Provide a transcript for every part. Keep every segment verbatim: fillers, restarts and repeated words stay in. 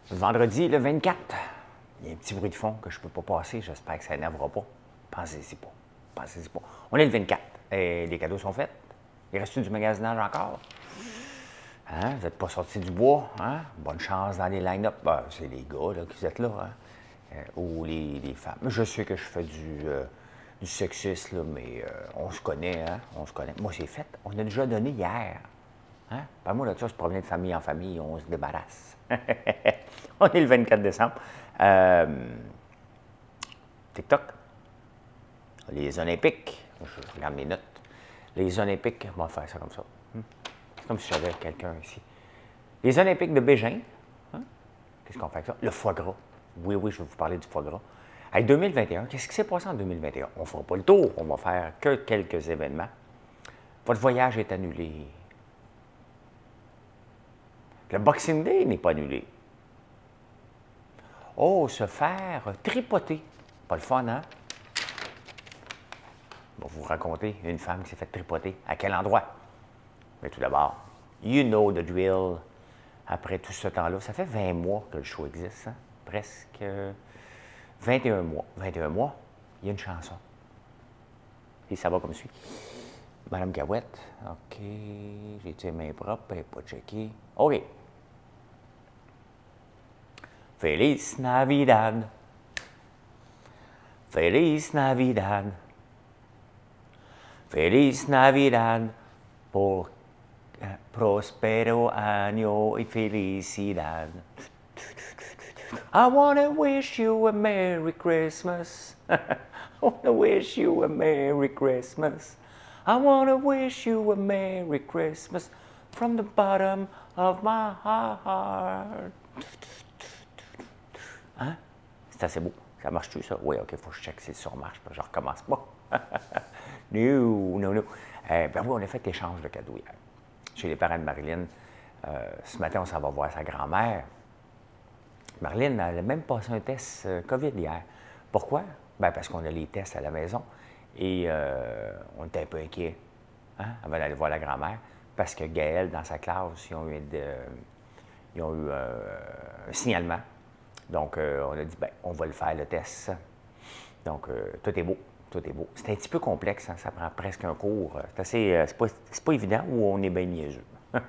Vendredi, le vingt-quatre. Il y a un petit bruit de fond que je ne peux pas passer. J'espère que ça n'énervera pas. Pensez-y pas. Pensez-y pas. On est le vingt-quatre. Et les cadeaux sont faits. Il reste du magasinage encore. Hein? Vous n'êtes pas sortis du bois. Hein? Bonne chance dans les line-up. Ben, c'est les gars là, qui êtes là. Hein? Euh, ou les, les femmes. Je sais que je fais du, euh, du sexisme, là, mais euh, on se connaît. Hein? On se connaît. Moi, c'est fait. On a déjà donné hier. Hein? Par moi, là, ça, se promener de famille en famille, on se débarrasse. On est le vingt-quatre décembre. Euh, TikTok. Les Olympiques. Je regarde mes notes. Les Olympiques, on va faire ça comme ça. C'est comme si j'avais quelqu'un ici. Les Olympiques de Beijing. Hein? Qu'est-ce qu'on fait avec ça? Le foie gras. Oui, oui, je vais vous parler du foie gras. Hey, deux mille vingt et un, qu'est-ce qui s'est passé en deux mille vingt et un? On ne fera pas le tour, on va faire que quelques événements. Votre voyage est annulé. Le Boxing Day n'est pas annulé. Oh, se faire tripoter. Pas le fun, hein? Je vais vous raconter une femme qui s'est fait tripoter. À quel endroit? Mais tout d'abord, you know the drill. Après tout ce temps-là, ça fait vingt mois que le show existe, hein? Presque vingt et un mois. vingt et un mois, il y a une chanson. Et ça va comme suit. Madame Gawette, OK, j'ai les mains propres, elle n'est pas checkée. OK. Feliz Navidad. Feliz Navidad. Feliz Navidad. Por eh, prospero año y felicidad. I wanna wish you a Merry Christmas. I wanna wish you a Merry Christmas. I wanna wish you a Merry Christmas from the bottom of my heart. Hein? C'est assez beau. Ça marche-tu, ça? Oui, OK, il faut que je check si ça marche. Je recommence pas. non, non, non. Euh, ben oui, on a fait échange de cadeaux hier. Chez les parents de Marilyn. Euh, ce matin, on s'en va voir sa grand-mère. Marilyn, elle a même passé un test euh, COVID hier. Pourquoi? Ben parce qu'on a les tests à la maison et euh, on était un peu inquiets hein, avant d'aller voir la grand-mère parce que Gaël, dans sa classe, ils ont eu, de, ils ont eu euh, un signalement. Donc, euh, on a dit, ben, on va le faire, le test. Donc, euh, tout est beau, tout est beau. C'est un petit peu complexe, hein, ça prend presque un cours. C'est assez, euh, c'est pas, c'est pas évident ou on est bien niaiseux.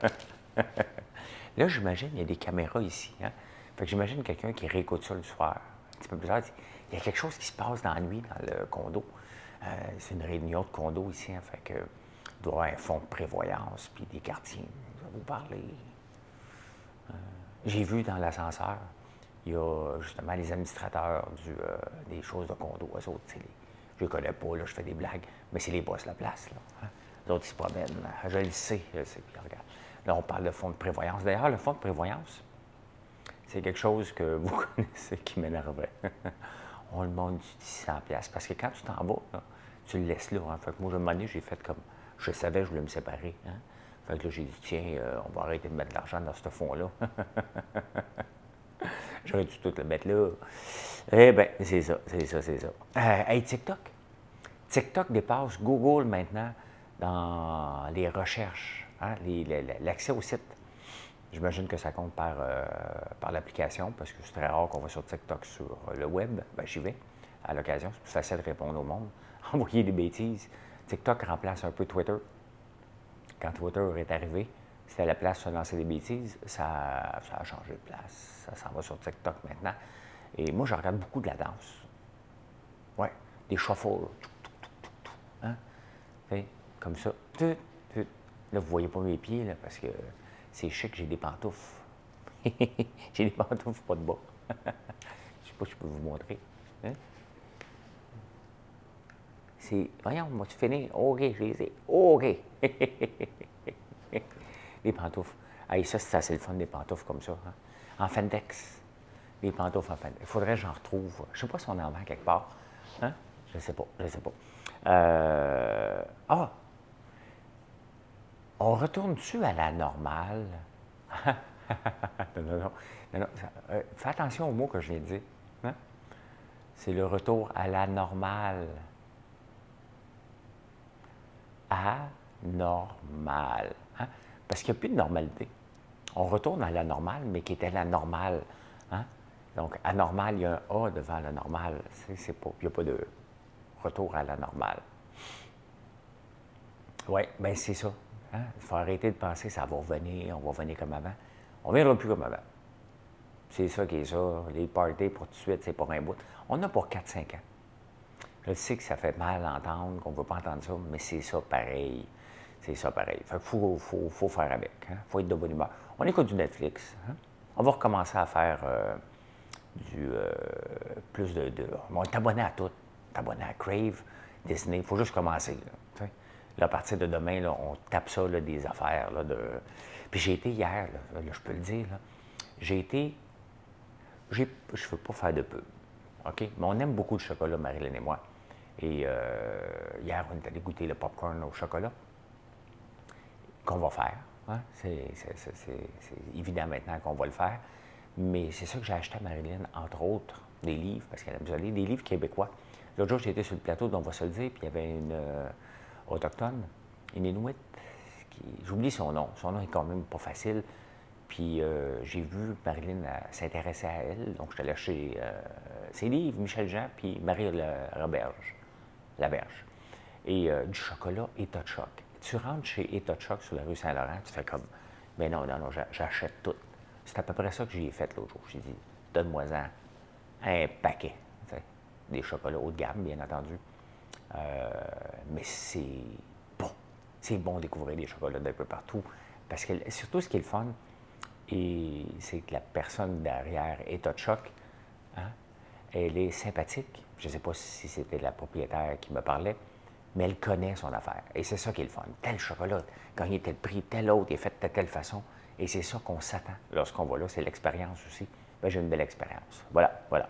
Là, j'imagine, il y a des caméras ici. Hein? Fait que j'imagine quelqu'un qui réécoute ça le soir. Un petit peu plus tard, il y a quelque chose qui se passe dans la nuit, dans le condo. Euh, c'est une réunion de condo ici, hein, fait que il doit y avoir un fonds de prévoyance, puis des quartiers. Je vais vous parler. Euh, j'ai vu dans l'ascenseur, il y a justement les administrateurs du, euh, des choses de condo. Eux autres, les, je ne les connais pas, là, je fais des blagues, mais c'est les boss de la place. Là, hein? Les autres, ils se promènent. Je le sais, je le sais. Puis regarde. Là, on parle de fonds de prévoyance. D'ailleurs, le fonds de prévoyance, c'est quelque chose que vous connaissez qui m'énervait. On le demande du six cents dollars parce que quand tu t'en vas, là, tu le laisses là. Hein. Fait que moi, je me demandais, j'ai fait comme. Je savais, je voulais me séparer. Hein. Fait que là, j'ai dit, tiens, euh, on va arrêter de mettre de l'argent dans ce fonds-là. J'aurais dû tout le mettre là. Eh bien, c'est ça, c'est ça, c'est ça. Euh, hey, TikTok. TikTok dépasse Google maintenant dans les recherches, hein, les, les, l'accès au site. J'imagine que ça compte par, euh, par l'application, parce que c'est très rare qu'on va sur TikTok sur le web. Ben, j'y vais à l'occasion. C'est plus facile de répondre au monde. Envoyer des bêtises. TikTok remplace un peu Twitter. Quand Twitter est arrivé, c'était la place de se lancer des bêtises. Ça, ça a changé de place. Ça s'en va sur TikTok maintenant. Et moi, je regarde beaucoup de la danse. Ouais, des shuffles. Hein? Fait, comme ça. Là, vous ne voyez pas mes pieds, là, parce que c'est chic, j'ai des pantoufles. J'ai des pantoufles, pas de bas. Je ne sais pas si je peux vous montrer. Hein? C'est, voyons, moi, tu finis? OK, je les ai. OK. Les pantoufles. Hey, ça, c'est assez le fun, des pantoufles comme ça. Hein? En Fendex. Les pantoufles en Fendex. Il faudrait que j'en retrouve. Je ne sais pas si on en vend quelque part. Hein? Je ne sais pas, je ne sais pas. Euh... Ah! On retourne-tu à la normale? non, non, non. non, non ça, euh, fais attention aux mots que je viens de dire. Hein? C'est le retour à la normale. Anormal. Hein? Parce qu'il n'y a plus de normalité. On retourne à la normale, mais qui était la normale. Hein? Donc, anormal, il y a un A devant le normal. C'est pas, il n'y a pas de retour à la normale. Oui, bien c'est ça. Hein? Il faut arrêter de penser que ça va revenir, on va revenir comme avant. On ne viendra plus comme avant. C'est ça qui est ça. Les parties pour tout de suite, c'est pour un bout. On a pour quatre cinq ans. Je sais que ça fait mal à entendre, qu'on ne veut pas entendre ça, mais c'est ça pareil. C'est ça pareil. Fait qu'il faut, faut, faut faire avec. Il hein? faut être de bonne humeur. On écoute du Netflix. Hein? On va recommencer à faire euh, du euh, plus de, de. On est abonné à tout. On est abonné à Crave, Disney. Il faut juste commencer. Là, là, à partir de demain, là, on tape ça, là, des affaires. Là, de... Puis j'ai été hier, là, là, je peux le dire. J'ai été. Je ne veux pas faire de pub. OK? Mais on aime beaucoup le chocolat, Marilyn et moi. Et euh, hier, on est allé goûter le popcorn au chocolat qu'on va faire. Hein? C'est évident maintenant qu'on va le faire. Mais c'est ça que j'ai acheté à Marilyn, entre autres, des livres, parce qu'elle aime ça lire, des livres québécois. L'autre jour, j'étais sur le plateau, donc on va se le dire, puis il y avait une euh, autochtone, une Inuit, j'oublie son nom. Son nom est quand même pas facile. Puis euh, j'ai vu Marilyn s'intéresser à elle, donc je suis allé acheter euh, ses livres, Michel Jean, puis Marie Roberge, Laberge. Et euh, du chocolat État de choc. Tu rentres chez État de choc sur la rue Saint-Laurent, tu fais comme, mais non, non, non, j'achète tout. C'est à peu près ça que j'ai fait l'autre jour. J'ai dit, donne-moi-en un paquet. T'sais, des chocolats haut de gamme, bien entendu. Euh, mais c'est bon. C'est bon de découvrir des chocolats d'un peu partout. Parce que surtout, ce qui est le fun, et c'est que la personne derrière État de choc, hein, elle est sympathique. Je ne sais pas si c'était la propriétaire qui me parlait, mais elle connaît son affaire. Et c'est ça qui est le fun. Tel chocolat, gagner tel prix, tel autre, est fait de telle façon. Et c'est ça qu'on s'attend lorsqu'on va là. C'est l'expérience aussi. Ben, j'ai une belle expérience. Voilà, voilà.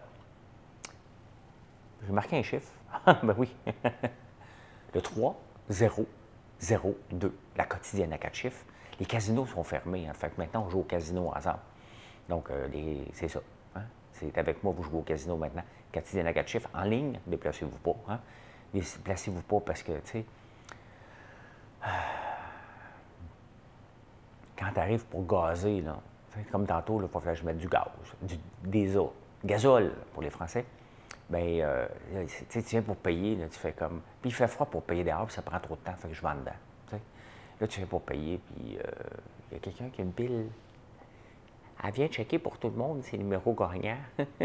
J'ai marqué un chiffre. Ben oui. Le trois zéro zéro deux, la quotidienne à quatre chiffres. Les casinos sont fermés. Hein. Fait que maintenant, on joue au casino ensemble. Donc, euh, c'est ça. Hein. C'est avec moi, vous jouez au casino maintenant. Quotidienne à quatre chiffres, en ligne, déplacez-vous pas. Hein. Déplacez-vous pas parce que, tu sais, quand tu arrives pour gazer, là, comme tantôt, il faut que je mette du gaz, du diesel, gazole pour les Français. Bien, euh, tu viens pour payer, là, tu fais comme. Puis il fait froid pour payer dehors, puis ça prend trop de temps, fait que je vends dedans. T'sais. Là, tu viens pour payer, puis il euh, y a quelqu'un qui a une pile. Elle vient checker pour tout le monde ses numéros gagnants.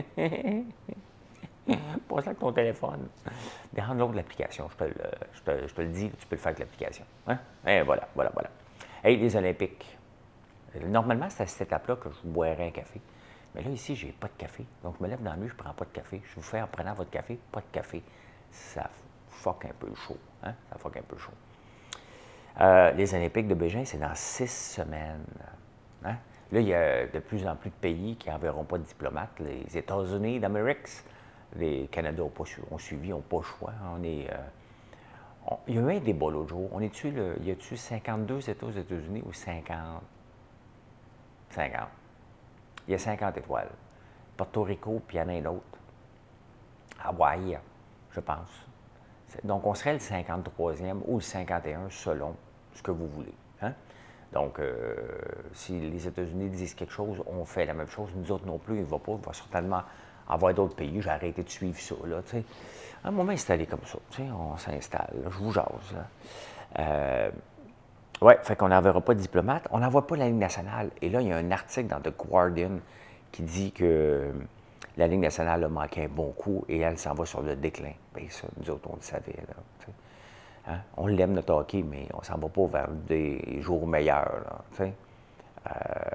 Passe avec ton téléphone. Download l'application, je te, le, je, te, je te le dis, tu peux le faire avec l'application. Hein? Et voilà, voilà, voilà. Hey, les Olympiques. Normalement, c'est à cette étape-là que je boirais un café. Mais là, ici, j'ai pas de café. Donc, je me lève dans la nuit, je prends pas de café. Je vous fais en prenant votre café, pas de café. Ça fuck un peu chaud. Hein? Ça fuck un peu chaud. Euh, les Olympiques de Beijing, c'est dans six semaines. Hein? Là, il y a de plus en plus de pays qui n'enverront pas de diplomates. Les États-Unis d'Amérique, les Canada ont, pas su, ont suivi, n'ont pas le choix. On est, euh, on, il y a eu un débat l'autre jour. On est-tu, le, y a-tu cinquante-deux États aux États-Unis ou cinquante? cinquante. Il y a cinquante étoiles. Porto Rico, puis il y en a un autre. Hawaï, je pense. Donc, on serait le cinquante-troisième ou le cinquante et un selon ce que vous voulez. Hein? Donc, euh, si les États-Unis disent quelque chose, on fait la même chose. Nous autres non plus, il ne va pas. Il va certainement avoir d'autres pays. J'ai arrêté de suivre ça. Là, t'sais. À un moment installé comme ça. On s'installe. Je vous jase. Euh, oui, fait qu'on n'enverra pas de diplomate. On n'envoie pas la Ligue nationale. Et là, il y a un article dans The Guardian qui dit que la Ligue nationale a manqué un bon coup et elle s'en va sur le déclin. Bien, ça, nous autres, on le savait. Là, hein? On l'aime, notre hockey, mais on s'en va pas vers des jours meilleurs. Là, euh...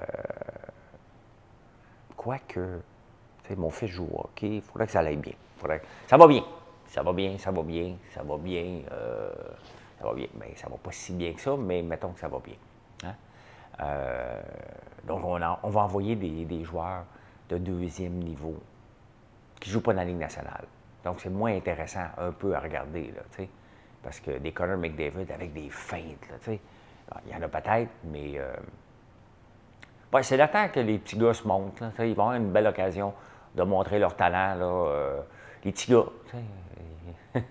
Quoique, mon fils joue au hockey, il faudrait que ça aille bien. Faudrait... Ça va bien. Ça va bien, ça va bien, ça va bien. Euh... Ça va bien. Bien, ça va pas si bien que ça, mais mettons que ça va bien. Hein? Euh... Donc, on, a... on va envoyer des, des joueurs de deuxième niveau qui ne jouent pas dans la Ligue nationale. Donc, c'est moins intéressant un peu à regarder, là, tu sais, parce que des Connor McDavid avec des feintes, là, tu sais, il y en a peut-être, mais euh... ben, c'est le temps que les petits gars se montent, là, ils vont avoir une belle occasion de montrer leur talent, là, euh... les petits gars, tu sais.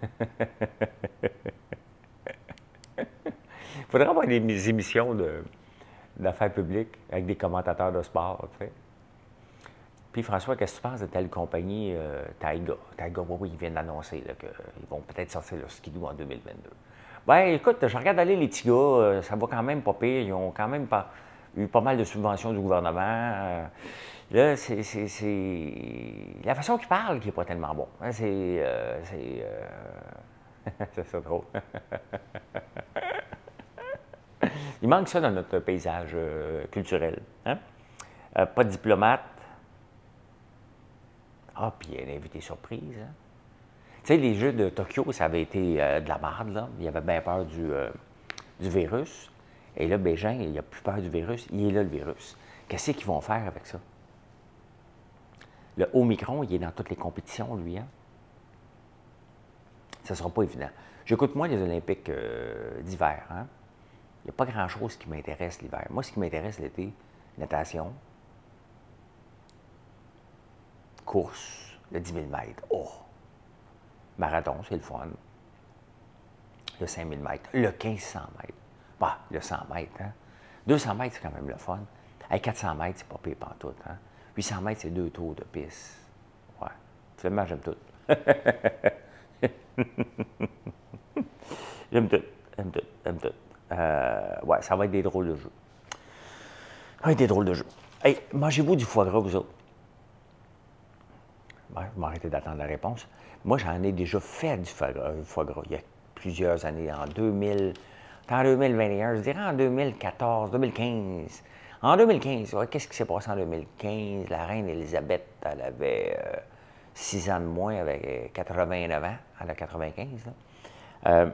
Il faudrait avoir des émissions de, d'affaires publiques avec des commentateurs de sport, tu sais. Puis François, qu'est-ce que tu penses de telle compagnie, euh, Taiga? Taiga, oui, oui, ils viennent d'annoncer qu'ils vont peut-être sortir leur skidoo en deux mille vingt-deux. Ben, écoute, je regarde aller les petits gars, euh, ça va quand même pas pire. Ils ont quand même pas, eu pas mal de subventions du gouvernement. Euh, là, c'est, c'est, c'est la façon qu'ils parlent qui n'est pas tellement bon. Hein, c'est. Euh, c'est. Euh... c'est ça trop. Il manque ça dans notre paysage euh, culturel. Hein? Euh, pas de diplomate. Ah, puis un invité surprise. Hein? Tu sais, les Jeux de Tokyo, ça avait été euh, de la merde, là. Il y avait bien peur du, euh, du virus. Et là, Bégin, il n'a plus peur du virus. Il est là, le virus. Qu'est-ce qu'ils vont faire avec ça? Le Omicron, il est dans toutes les compétitions, lui. Hein? Ça ne sera pas évident. J'écoute moins les Olympiques euh, d'hiver. Hein? Il n'y a pas grand-chose qui m'intéresse l'hiver. Moi, ce qui m'intéresse l'été, natation, course, le dix mille mètres. Oh! Marathon, c'est le fun. Le cinq mille mètres, le quinze cents mètres. Bah, le cent mètres, hein? deux cents mètres, c'est quand même le fun. Hey, quatre cents mètres, c'est pas pire pantoute, hein? huit cents mètres, c'est deux tours de piste. Ouais. Finalement, j'aime tout. J'aime tout. J'aime tout. J'aime tout. Euh, ouais, ça va être des drôles de jeux. Ça va être des drôles de jeux. Hey, mangez-vous du foie gras, vous autres? Ouais, je vais m'arrêter d'attendre la réponse. Moi, j'en ai déjà fait du foie gras, du foie gras il y a plusieurs années, en deux mille, en deux mille vingt et un, je dirais en deux mille quatorze, deux mille quinze. En deux mille quinze, ouais, qu'est-ce qui s'est passé en deux mille quinze? La reine Élisabeth, elle avait euh, six ans de moins, avec quatre-vingt-neuf ans, elle a quatre-vingt-quinze. Là. Euh,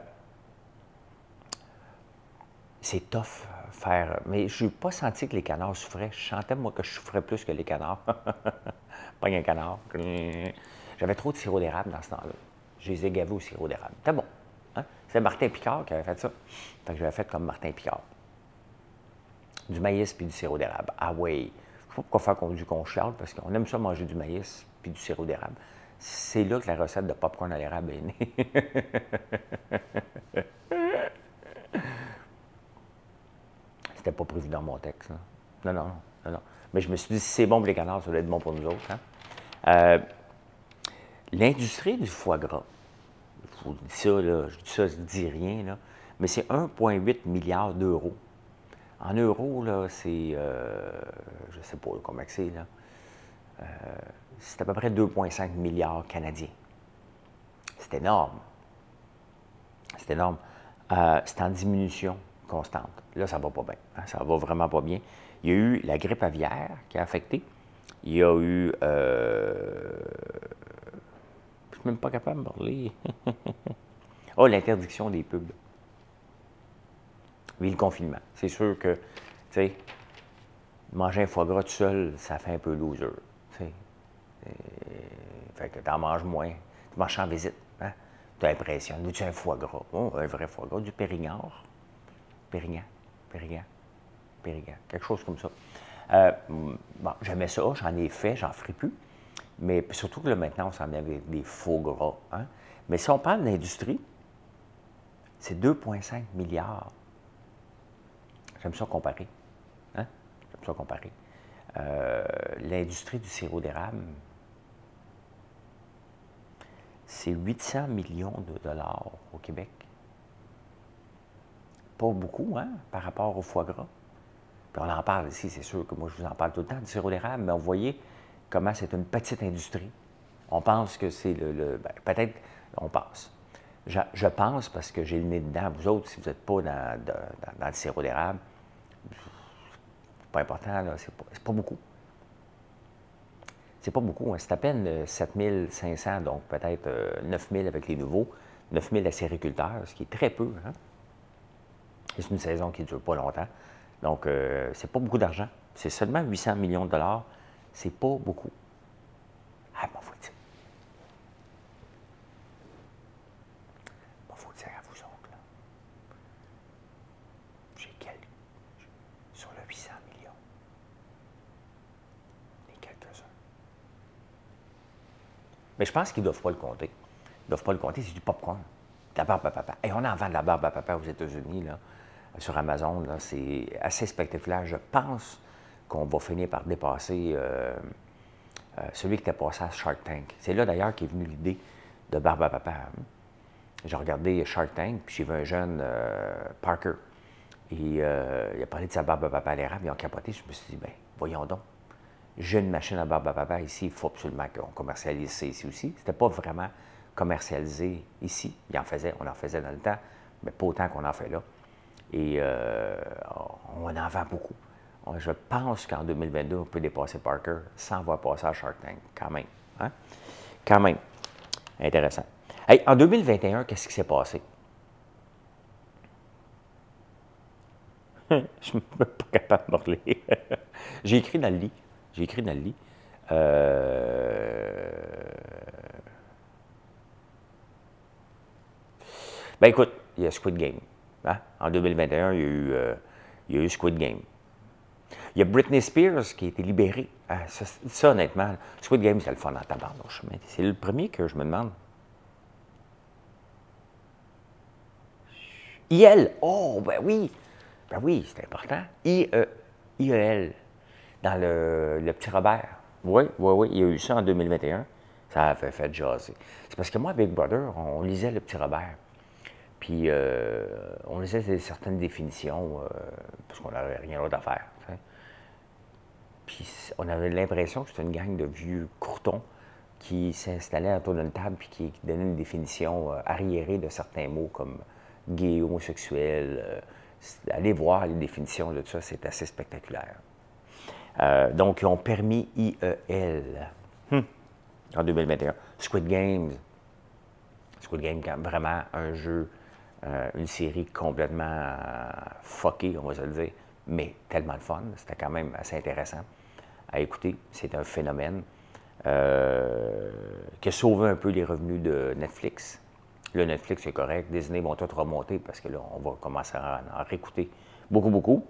c'est tough faire, mais je n'ai pas senti que les canards souffraient. Je sentais, moi, que je souffrais plus que les canards. Pas un canard. J'avais trop de sirop d'érable dans ce temps-là. Je les ai gavés au sirop d'érable. C'était bon. Hein? C'était Martin Picard qui avait fait ça. Fait que j'avais fait comme Martin Picard. Du maïs puis du sirop d'érable. Ah oui. Je ne sais pas pourquoi faire qu'on du qu'on chiale, parce qu'on aime ça manger du maïs puis du sirop d'érable. C'est là que la recette de popcorn à l'érable est née. C'était pas prévu dans mon texte. Là. Non, non, non, non. Mais je me suis dit, si c'est bon pour les canards, ça doit être bon pour nous autres. Hein? Euh, L'industrie du foie gras, je vous dis ça, là, je dis ça, je ne dis rien, là, mais c'est un virgule huit milliard d'euros. En euros, là, c'est, euh, je ne sais pas comment c'est, là, euh, c'est à peu près deux virgule cinq milliards canadiens. C'est énorme. C'est énorme. Euh, c'est en diminution constante. Là, ça ne va pas bien. Hein, ça va vraiment pas bien. Il y a eu la grippe aviaire qui a affecté. Il y a eu... Euh, je ne suis même pas capable de parler. Oh, l'interdiction des pubs. Oui, le confinement. C'est sûr que, tu sais, manger un foie gras tout seul, ça fait un peu loser. Tu sais. Fait que tu en manges moins. Tu manges en visite. Hein? Tu as l'impression. Veux-tu un foie gras? Oh, un vrai foie gras, du Périgord. Périgord. Périgord. Périgord. Quelque chose comme ça. Euh, bon, j'aimais ça, j'en ai fait, j'en ferai plus. Mais surtout que là, maintenant, on s'en est avec des faux gras. Hein? Mais si on parle d'industrie, c'est deux virgule cinq milliards. J'aime ça comparer. Hein? J'aime ça comparer. Euh, l'industrie du sirop d'érable, c'est huit cents millions de dollars au Québec. Pas beaucoup, hein, par rapport au foie gras. Puis on en parle ici, c'est sûr que moi, je vous en parle tout le temps du sirop d'érable, mais vous voyez comment c'est une petite industrie. On pense que c'est le... le ben, peut-être, on pense. Je, je pense parce que j'ai le nez dedans. Vous autres, si vous n'êtes pas dans, de, dans, dans le sirop d'érable, c'est pas important, là, c'est pas, c'est pas beaucoup. C'est pas beaucoup, hein, c'est à peine sept mille cinq cents, donc peut-être euh, neuf mille avec les nouveaux, neuf mille à sériculteurs, ce qui est très peu. Hein? C'est une saison qui ne dure pas longtemps. Donc, euh, c'est pas beaucoup d'argent. C'est seulement huit cents millions de dollars. C'est pas beaucoup. Ah, m'en faut dire. M'en faut dire à vous autres, là. J'ai quelques... Sur le huit cents millions. Les quelques-uns. Mais je pense qu'ils ne doivent pas le compter. Ils ne doivent pas le compter, c'est du popcorn. De la barbe à papa. Et on en vend de la barbe à papa aux États-Unis, là. Sur Amazon, là, c'est assez spectaculaire. Je pense qu'on va finir par dépasser euh, euh, celui qui était passé à Shark Tank. C'est là d'ailleurs qu'est venue l'idée de Barbe à Papa. Hein. J'ai regardé Shark Tank, puis j'ai vu un jeune, euh, Parker, et euh, il a parlé de sa barbe à papa à l'érable, ils ont capoté. Je me suis dit, ben voyons donc, j'ai une machine à barbe à papa ici, il faut absolument qu'on commercialise ça ici aussi. C'était pas vraiment commercialisé ici. Il en faisait, on en faisait dans le temps, mais pas autant qu'on en fait là. Et euh, on en vend beaucoup. Je pense qu'en deux mille vingt-deux, on peut dépasser Parker sans avoir passé à Shark Tank, quand même. Hein? Quand même. Intéressant. Hey, en deux mille vingt et un, qu'est-ce qui s'est passé? Je ne suis même pas capable de me relire. J'ai écrit dans le lit. J'ai écrit dans le lit. Euh... Ben écoute, il y a Squid Game. Hein? En deux mille vingt et un, il y a eu, euh, il y a eu Squid Game. Il y a Britney Spears qui a été libérée. Ah, ça, ça, honnêtement, Squid Game, c'est le fun en tabarnouche. C'est le premier que je me demande. I L. Oh, ben oui. Ben oui, c'est important. I E L. Dans le, le Petit Robert. Oui, oui, oui. Il y a eu ça en deux mille vingt et un. Ça a fait, fait jaser. C'est parce que moi, Big Brother, on lisait le Petit Robert. Puis, euh, on lisait certaines définitions, euh, parce qu'on n'avait rien d'autre à faire. T'sais. Puis, on avait l'impression que c'était une gang de vieux croutons qui s'installaient autour d'une table puis qui, qui donnaient une définition euh, arriérée de certains mots comme gay, homosexuel. Euh, allez voir les définitions de tout ça, c'est assez spectaculaire. Euh, donc, ils ont permis I E L hum, en deux mille vingt et un. Squid Games. Squid Game, vraiment un jeu, euh, une série complètement euh, fuckée, on va se le dire, mais tellement de fun. C'était quand même assez intéressant à écouter. C'est un phénomène euh, qui a sauvé un peu les revenus de Netflix. Le Netflix, c'est correct. Disney vont tout remonter parce que là, on va commencer à en réécouter beaucoup, beaucoup.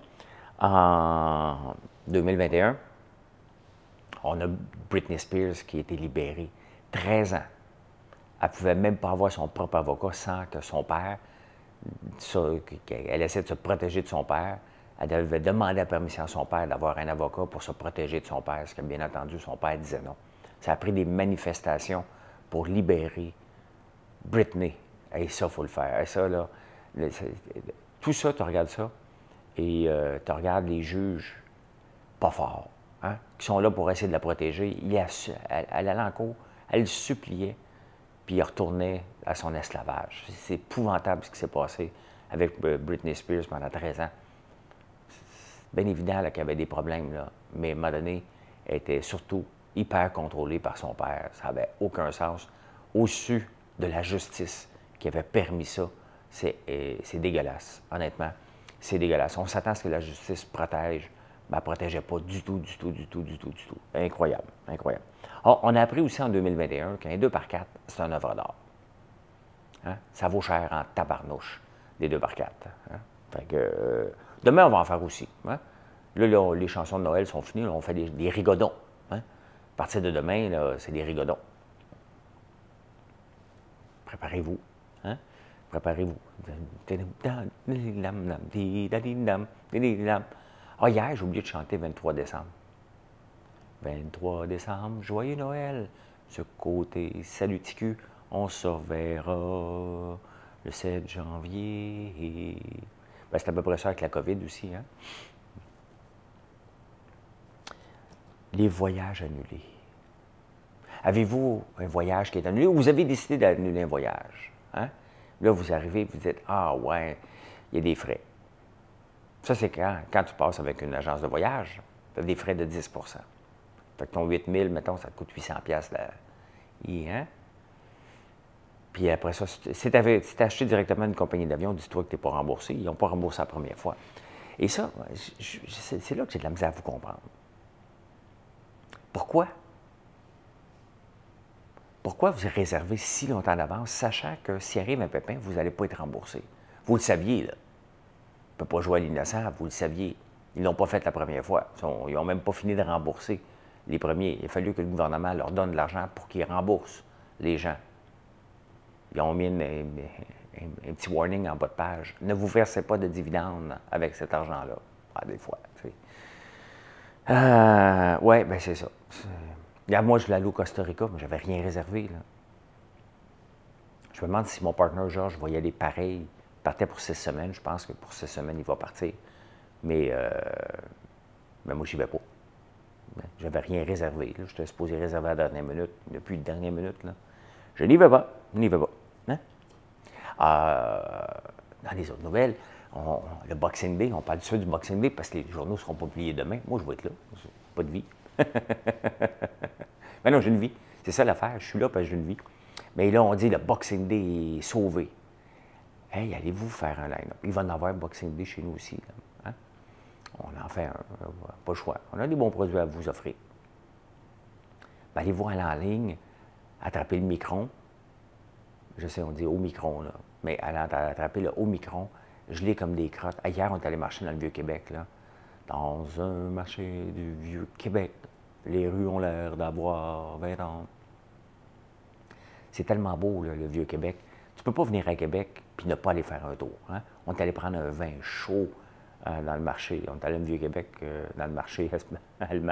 En deux mille vingt et un, on a Britney Spears qui a été libérée. treize ans. Elle ne pouvait même pas avoir son propre avocat sans que son père, ça, elle essaie de se protéger de son père. Elle devait demander la permission à son père d'avoir un avocat pour se protéger de son père, ce que bien entendu son père disait non. Ça a pris des manifestations pour libérer Britney. Et ça, il faut le faire. Et ça, là, le, tout ça, tu regardes ça, et euh, tu regardes les juges pas forts, hein, qui sont là pour essayer de la protéger. Il a, elle, elle allait en cours, elle suppliait, puis il retournait à son esclavage. C'est épouvantable ce qui s'est passé avec Britney Spears pendant treize ans. C'est bien évident qu'elle avait des problèmes, là, mais à un moment donné, elle était surtout hyper contrôlée par son père. Ça n'avait aucun sens. Au-dessus de la justice qui avait permis ça, c'est dégueulasse, honnêtement. C'est dégueulasse. On s'attend à ce que la justice protège, mais elle ne protégeait pas du tout, du tout, du tout, du tout, du tout. Incroyable, incroyable. Alors, on a appris aussi en deux mille vingt et un qu'un deux par quatre, c'est un œuvre d'art. Hein? Ça vaut cher en tabarnouche, des deux par quatre. Hein? Fait que, euh, demain, on va en faire aussi. Hein? Là, là, les chansons de Noël sont finies, là, on fait des, des rigodons. Hein? À partir de demain, c'est des rigodons. Préparez-vous. Hein? Préparez-vous. Ah, hier, j'ai oublié de chanter vingt-trois décembre. vingt-trois décembre, joyeux Noël. Ce côté, salut T Q, on se reverra le sept janvier. Ben, c'est à peu près ça avec la COVID aussi. Hein? Les voyages annulés. Avez-vous un voyage qui est annulé ou vous avez décidé d'annuler un voyage? Hein? Là, vous arrivez et vous dites, ah ouais, il y a des frais. Ça, c'est quand, quand tu passes avec une agence de voyage, tu as des frais de dix pour cent. Fait que ton huit mille, mettons, ça te coûte huit cents dollars. Là. Et, hein? Puis après ça, si tu as acheté directement une compagnie d'avion, dis-toi que tu n'es pas remboursé. Ils n'ont pas remboursé la première fois. Et ça, c'est là que j'ai de la misère à vous comprendre. Pourquoi? Pourquoi vous réservez si longtemps d'avance, sachant que s'il arrive un pépin, vous n'allez pas être remboursé? Vous le saviez, là. On ne peut pas jouer à l'innocent, vous le saviez. Ils ne l'ont pas fait la première fois. Ils n'ont même pas fini de rembourser les premiers. Il a fallu que le gouvernement leur donne de l'argent pour qu'ils remboursent les gens. Ils ont mis une, une, un, un petit warning en bas de page. Ne vous versez pas de dividendes avec cet argent-là. Ah, des fois, tu sais. Euh, oui, bien c'est ça. Là, moi, je voulais aller au Costa Rica, mais je n'avais rien réservé. Là. Je me demande si mon partenaire Georges va y aller pareil. Il partait pour six semaines. Je pense que pour six semaines, il va partir. Mais, euh, mais moi, je n'y vais pas. Je n'avais rien réservé. J'étais supposé réserver à la dernière minute. Depuis la dernière minute, là. Je n'y vais pas. Je n'y vais pas. Hein? Euh, dans les autres nouvelles, on, le Boxing Day, on parle de ça du Boxing Day parce que les journaux ne seront pas publiés demain. Moi, je vais être là. Pas de vie. Mais non, j'ai une vie. C'est ça l'affaire. Je suis là parce que j'ai une vie. Mais là, on dit le Boxing Day est sauvé. Hey, allez-vous faire un line-up? Il va en avoir un Boxing Day chez nous aussi. Là. Hein? On en fait un. Pas le choix. On a des bons produits à vous offrir. Ben, allez-vous aller en ligne, attraper le micron. Je sais, on dit Omicron, là. Mais aller attraper le Omicron, je l'ai comme des crottes. Hier, on est allé marcher dans le Vieux-Québec, là. Dans un marché du Vieux-Québec, les rues ont l'air d'avoir vingt ans. C'est tellement beau, là, le Vieux-Québec. Tu ne peux pas venir à Québec puis ne pas aller faire un tour. Hein? On est allé prendre un vin chaud euh, dans le marché. On est allé au Vieux-Québec euh, dans le marché allemand.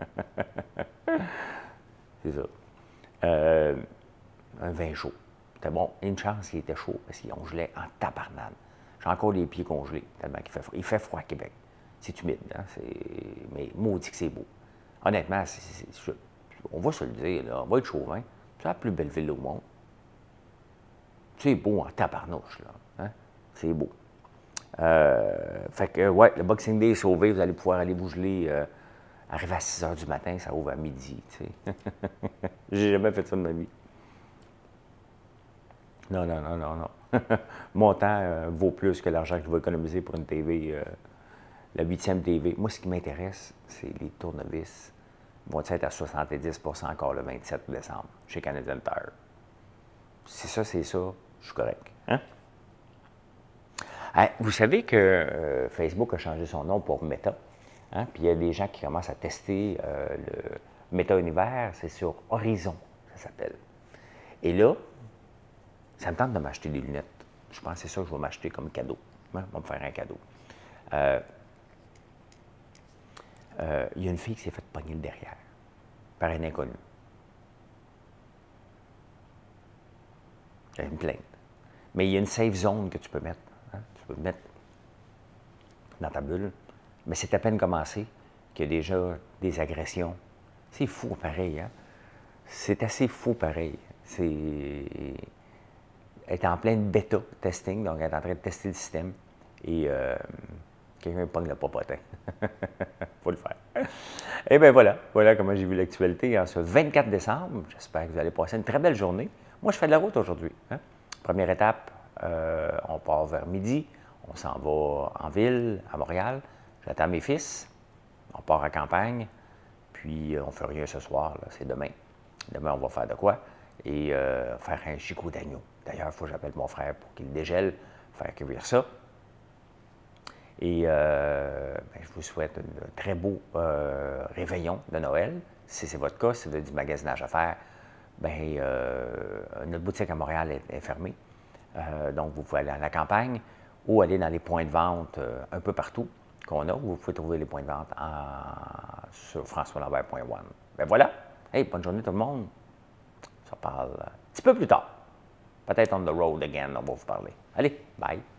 C'est ça. Euh, un vin chaud. C'était bon. Une chance qu'il était chaud parce qu'on gelait en tabarnane. J'ai encore les pieds congelés tellement qu'il fait froid. Il fait froid à Québec. C'est humide, hein? Mais maudit que c'est beau. Honnêtement, c'est, c'est, c'est, on va se le dire, là. On va être chauvin. C'est la plus belle ville au monde. C'est beau en tabarnouche, là. Hein? C'est beau. Euh, fait que, ouais, le Boxing Day est sauvé. Vous allez pouvoir aller vous geler. Euh, arriver à six heures du matin, ça ouvre à midi, tu sais. J'ai jamais fait ça de ma vie. Non, non, non, non, non. Mon temps euh, vaut plus que l'argent que je vais économiser pour une T V, euh, la huitième T V. Moi, ce qui m'intéresse, c'est les tournevis. Ils vont être à soixante-dix pour cent encore le vingt-sept décembre chez Canadian Tire. Si ça, c'est ça, je suis correct. Hein? Hein, vous savez que euh, Facebook a changé son nom pour Meta. Hein? Puis il y a des gens qui commencent à tester euh, le Meta Univers. C'est sur Horizon, ça s'appelle. Et là, ça me tente de m'acheter des lunettes. Je pense que c'est ça que je vais m'acheter comme cadeau. Hein? On va me faire un cadeau. Euh, euh, il y a une fille qui s'est faite pogner le derrière par un inconnu. Il y a une plainte. Mais il y a une safe zone que tu peux mettre. Hein? Tu peux mettre dans ta bulle. Mais c'est à peine commencé qu'il y a déjà des agressions. C'est fou pareil. Hein? C'est assez fou pareil. C'est... Elle est en plein bêta testing, donc elle est en train de tester le système. Et euh, quelqu'un pogne le popotin. Faut le faire. Et bien voilà, voilà comment j'ai vu l'actualité en ce vingt-quatre décembre. J'espère que vous allez passer une très belle journée. Moi, je fais de la route aujourd'hui. Hein? Première étape, euh, on part vers midi. On s'en va en ville, à Montréal. J'attends mes fils. On part à campagne. Puis, euh, on ne fait rien ce soir. Là. C'est demain. Demain, on va faire de quoi? Et euh, faire un gigot d'agneau. D'ailleurs, il faut que j'appelle mon frère pour qu'il dégèle, faire cuire ça. Et euh, ben, je vous souhaite un très beau euh, réveillon de Noël. Si c'est votre cas, si vous avez du magasinage à faire, bien, euh, notre boutique à Montréal est, est fermée. Euh, donc, vous pouvez aller à la campagne ou aller dans les points de vente euh, un peu partout qu'on a. Vous pouvez trouver les points de vente en, sur françois lambert point one. Ben voilà. Hey, bonne journée tout le monde. On se reparle un petit peu plus tard. Peut-être on the road again, on va vous parler. Allez, bye.